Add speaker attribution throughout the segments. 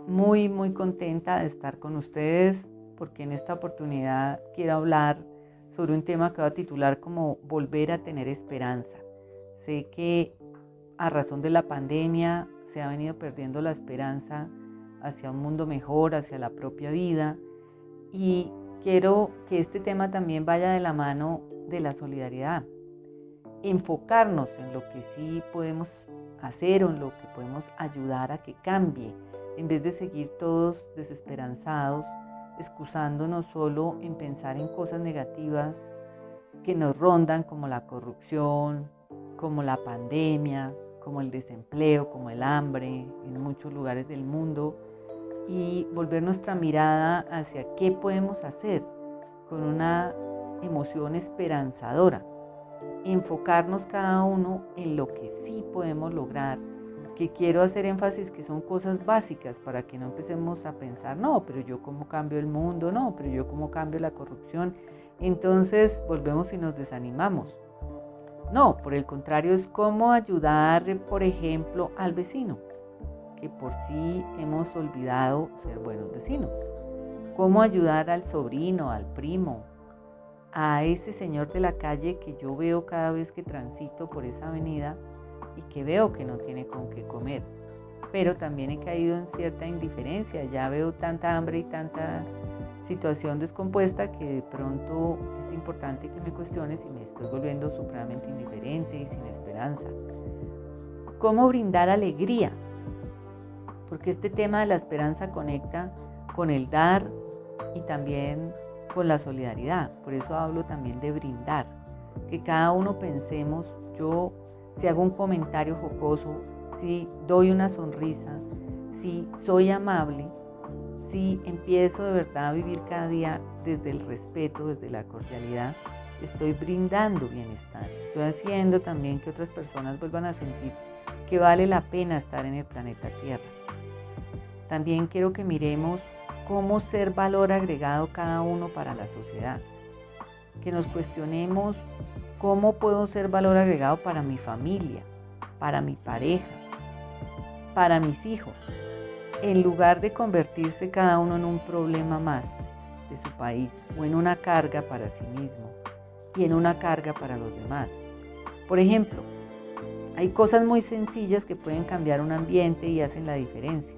Speaker 1: muy, muy contenta de estar con ustedes porque en esta oportunidad quiero hablar sobre un tema que voy a titular como volver a tener esperanza. Sé que a razón de la pandemia se ha venido perdiendo la esperanza hacia un mundo mejor, hacia la propia vida, y quiero que este tema también vaya de la mano de la solidaridad. Enfocarnos en lo que sí podemos hacer o en lo que podemos ayudar a que cambie, en vez de seguir todos desesperanzados, excusándonos solo en pensar en cosas negativas que nos rondan, como la corrupción, como la pandemia, como el desempleo, como el hambre en muchos lugares del mundo, y volver nuestra mirada hacia qué podemos hacer con una emoción esperanzadora. Enfocarnos cada uno en lo que sí podemos lograr, que quiero hacer énfasis que son cosas básicas para que no empecemos a pensar, no, pero yo cómo cambio el mundo, no, pero yo cómo cambio la corrupción. Entonces volvemos y nos desanimamos. No, por el contrario, es cómo ayudar, por ejemplo, al vecino, que por sí hemos olvidado ser buenos vecinos. Cómo ayudar al sobrino, al primo, a ese señor de la calle que yo veo cada vez que transito por esa avenida y que veo que no tiene con qué comer. Pero también he caído en cierta indiferencia, ya veo tanta hambre y tanta situación descompuesta que de pronto es importante que me cuestione si me estoy volviendo supremamente indiferente y sin esperanza. ¿Cómo brindar alegría? Porque este tema de la esperanza conecta con el dar y también con la solidaridad. Por eso hablo también de brindar, que cada uno pensemos, yo si hago un comentario jocoso, si doy una sonrisa, si soy amable, si empiezo de verdad a vivir cada día desde el respeto, desde la cordialidad, estoy brindando bienestar. Estoy haciendo también que otras personas vuelvan a sentir que vale la pena estar en el planeta Tierra. También quiero que miremos cómo ser valor agregado cada uno para la sociedad. Que nos cuestionemos cómo puedo ser valor agregado para mi familia, para mi pareja, para mis hijos, en lugar de convertirse cada uno en un problema más de su país o en una carga para sí mismo y en una carga para los demás. Por ejemplo, hay cosas muy sencillas que pueden cambiar un ambiente y hacen la diferencia.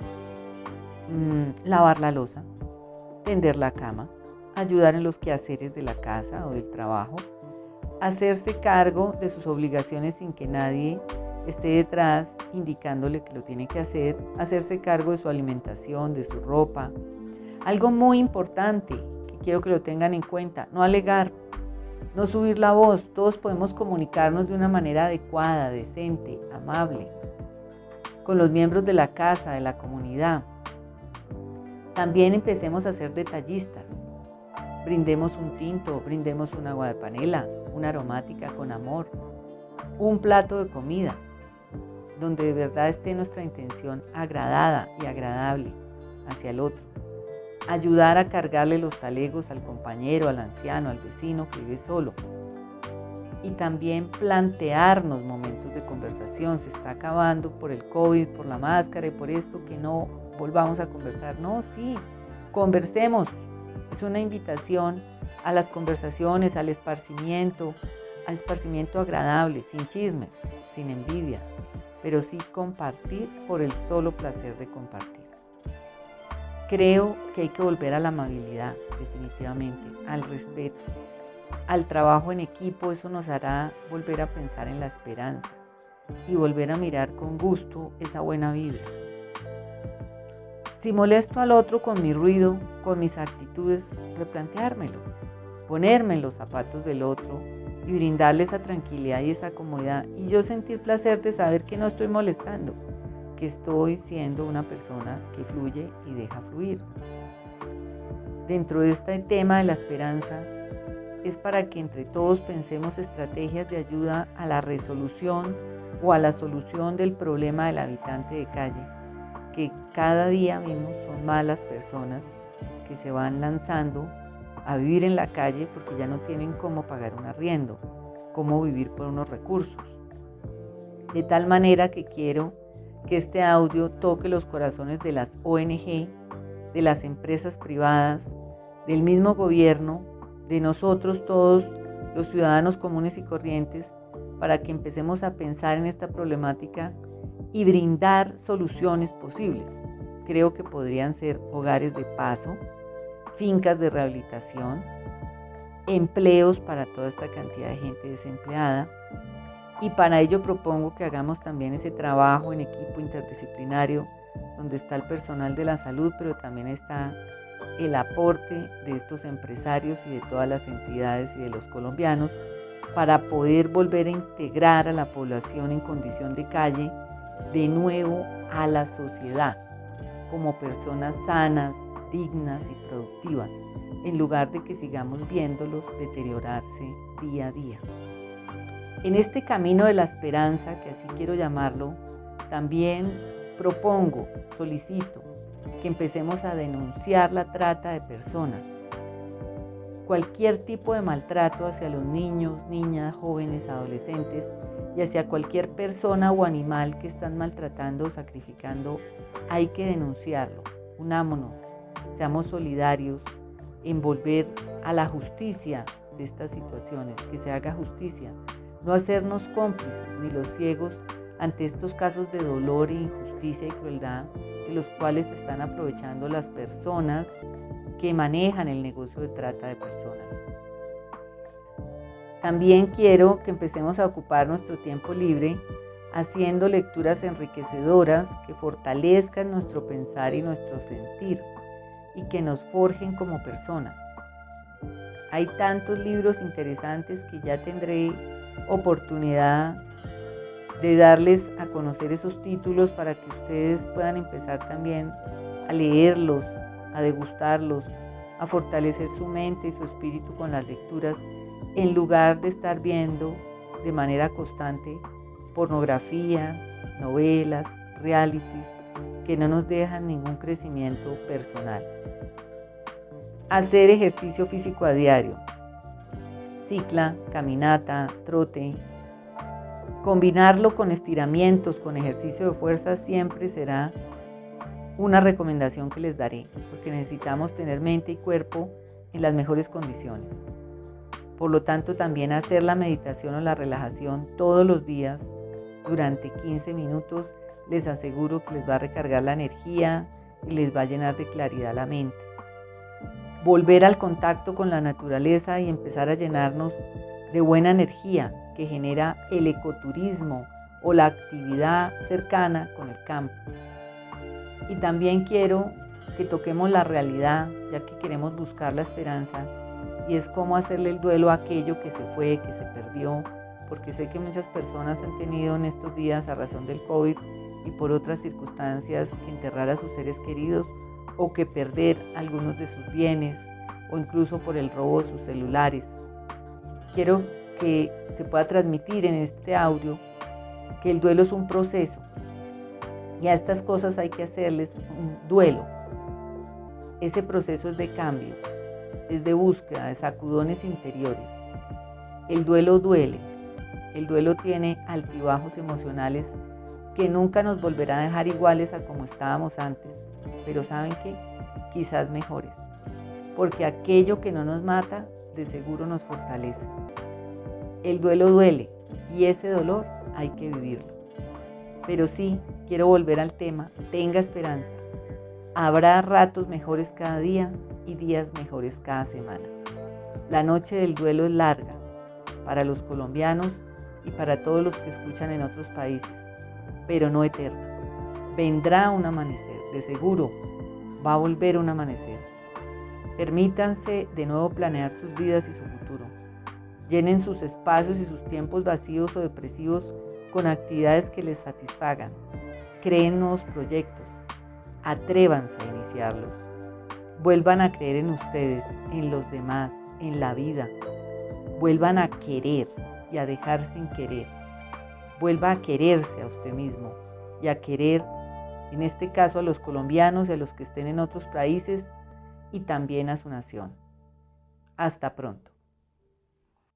Speaker 1: Lavar la loza, tender la cama, ayudar en los quehaceres de la casa o del trabajo, hacerse cargo de sus obligaciones sin que nadie esté detrás indicándole que lo tiene que hacer, hacerse cargo de su alimentación, de su ropa. Algo muy importante que quiero que lo tengan en cuenta, no alegar, no subir la voz. Todos podemos comunicarnos de una manera adecuada, decente, amable, con los miembros de la casa, de la comunidad. También empecemos a ser detallistas. Brindemos un tinto, brindemos un agua de panela, una aromática con amor, un plato de comida, donde de verdad esté nuestra intención agradada y agradable hacia el otro. Ayudar a cargarle los talegos al compañero, al anciano, al vecino que vive solo. Y también plantearnos momentos de conversación. Se está acabando por el COVID, por la máscara y por esto, que no volvamos a conversar. No, sí, conversemos. Es una invitación a las conversaciones, al esparcimiento agradable, sin chismes, sin envidia, pero sí compartir por el solo placer de compartir. Creo que hay que volver a la amabilidad, definitivamente, al respeto, al trabajo en equipo. Eso nos hará volver a pensar en la esperanza y volver a mirar con gusto esa buena vibra. Si molesto al otro con mi ruido, con mis actitudes, replanteármelo, ponerme en los zapatos del otro y brindarle esa tranquilidad y esa comodidad, y yo sentir placer de saber que no estoy molestando, que estoy siendo una persona que fluye y deja fluir. Dentro de este tema de la esperanza es para que entre todos pensemos estrategias de ayuda a la resolución o a la solución del problema del habitante de calle, que cada día vemos son malas personas que se van lanzando a vivir en la calle porque ya no tienen cómo pagar un arriendo, cómo vivir por unos recursos. De tal manera que quiero que este audio toque los corazones de las ONG, de las empresas privadas, del mismo gobierno, de nosotros todos, los ciudadanos comunes y corrientes, para que empecemos a pensar en esta problemática y brindar soluciones posibles. Creo que podrían ser hogares de paso, fincas de rehabilitación, empleos para toda esta cantidad de gente desempleada, y para ello propongo que hagamos también ese trabajo en equipo interdisciplinario donde está el personal de la salud, pero también está el aporte de estos empresarios y de todas las entidades y de los colombianos para poder volver a integrar a la población en condición de calle de nuevo a la sociedad como personas sanas, dignas y productivas, en lugar de que sigamos viéndolos deteriorarse día a día. En este camino de la esperanza, que así quiero llamarlo, también propongo, solicito, que empecemos a denunciar la trata de personas. Cualquier tipo de maltrato hacia los niños, niñas, jóvenes, adolescentes y hacia cualquier persona o animal que están maltratando o sacrificando, hay que denunciarlo. Unámonos, seamos solidarios en volver a la justicia de estas situaciones, que se haga justicia. No hacernos cómplices ni los ciegos ante estos casos de dolor e injusticia y crueldad de los cuales se están aprovechando las personas que manejan el negocio de trata de personas. También quiero que empecemos a ocupar nuestro tiempo libre haciendo lecturas enriquecedoras que fortalezcan nuestro pensar y nuestro sentir y que nos forjen como personas. Hay tantos libros interesantes que ya tendré oportunidad de darles a conocer esos títulos para que ustedes puedan empezar también a leerlos, a degustarlos, a fortalecer su mente y su espíritu con las lecturas, en lugar de estar viendo de manera constante pornografía, novelas, realities, que no nos dejan ningún crecimiento personal. Hacer ejercicio físico a diario. Cicla, caminata, trote. Combinarlo con estiramientos, con ejercicio de fuerza siempre será una recomendación que les daré, porque necesitamos tener mente y cuerpo en las mejores condiciones. Por lo tanto, también hacer la meditación o la relajación todos los días durante 15 minutos, les aseguro que les va a recargar la energía y les va a llenar de claridad la mente. Volver al contacto con la naturaleza y empezar a llenarnos de buena energía que genera el ecoturismo o la actividad cercana con el campo. Y también quiero que toquemos la realidad, ya que queremos buscar la esperanza, y es cómo hacerle el duelo a aquello que se fue, que se perdió, porque sé que muchas personas han tenido en estos días, a razón del COVID y por otras circunstancias, que enterrar a sus seres queridos o que perder algunos de sus bienes o incluso por el robo de sus celulares. Quiero que se pueda transmitir en este audio que el duelo es un proceso y a estas cosas hay que hacerles un duelo. Ese proceso es de cambio, es de búsqueda, de sacudones interiores. El duelo duele, el duelo tiene altibajos emocionales que nunca nos volverá a dejar iguales a como estábamos antes, pero ¿saben qué? Quizás mejores, porque aquello que no nos mata de seguro nos fortalece. El duelo duele y ese dolor hay que vivirlo. Pero sí, quiero volver al tema, tenga esperanza. Habrá ratos mejores cada día y días mejores cada semana. La noche del duelo es larga para los colombianos y para todos los que escuchan en otros países, pero no eterna. Vendrá un amanecer, de seguro va a volver un amanecer. Permítanse de nuevo planear sus vidas y su futuro. Llenen sus espacios y sus tiempos vacíos o depresivos con actividades que les satisfagan. Creen nuevos proyectos. Atrévanse a iniciarlos. Vuelvan a creer en ustedes, en los demás, en la vida. Vuelvan a querer y a dejar sin querer. Vuelva a quererse a usted mismo y a querer, en este caso, a los colombianos y a los que estén en otros países y también a su nación. Hasta pronto.